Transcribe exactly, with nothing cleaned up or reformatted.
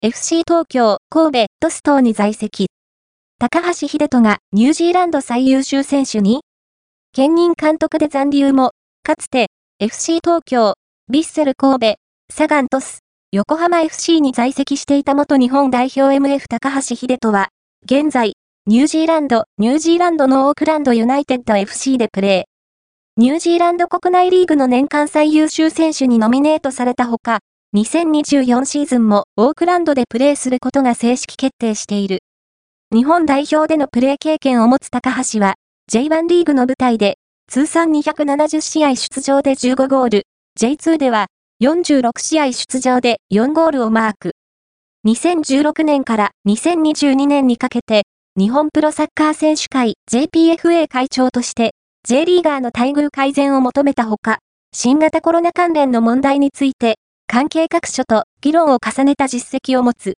エフシー 東京、神戸、ドストーに在籍。高橋秀人がニュージーランド最優秀選手に兼任監督で残留も、かつて エフシー 東京、ヴィッセル神戸、サガン鳥栖、横浜 エフシー に在籍していた元日本代表 エムエフ 高橋秀人は、現在、ニュージーランド、ニュージーランドのオークランドユナイテッド エフシー でプレー。ニュージーランド国内リーグの年間最優秀選手にノミネートされたほか、にせんにじゅうよんシーズンもオークランドでプレーすることが正式決定している。日本代表でのプレー経験を持つ高橋は、ジェイワン リーグの舞台で、通算にひゃくななじゅっしあい出場でじゅうごゴール、ジェイツー ではよんじゅうろくしあい出場でよんゴールをマーク。にせんじゅうろくねんからにせんにじゅうにねんにかけて、日本プロサッカー選手会 ジェイピーエフエー 会長として、J リーガーの待遇改善を求めたほか、新型コロナ関連の問題について、関係各所と議論を重ねた実績を持つ。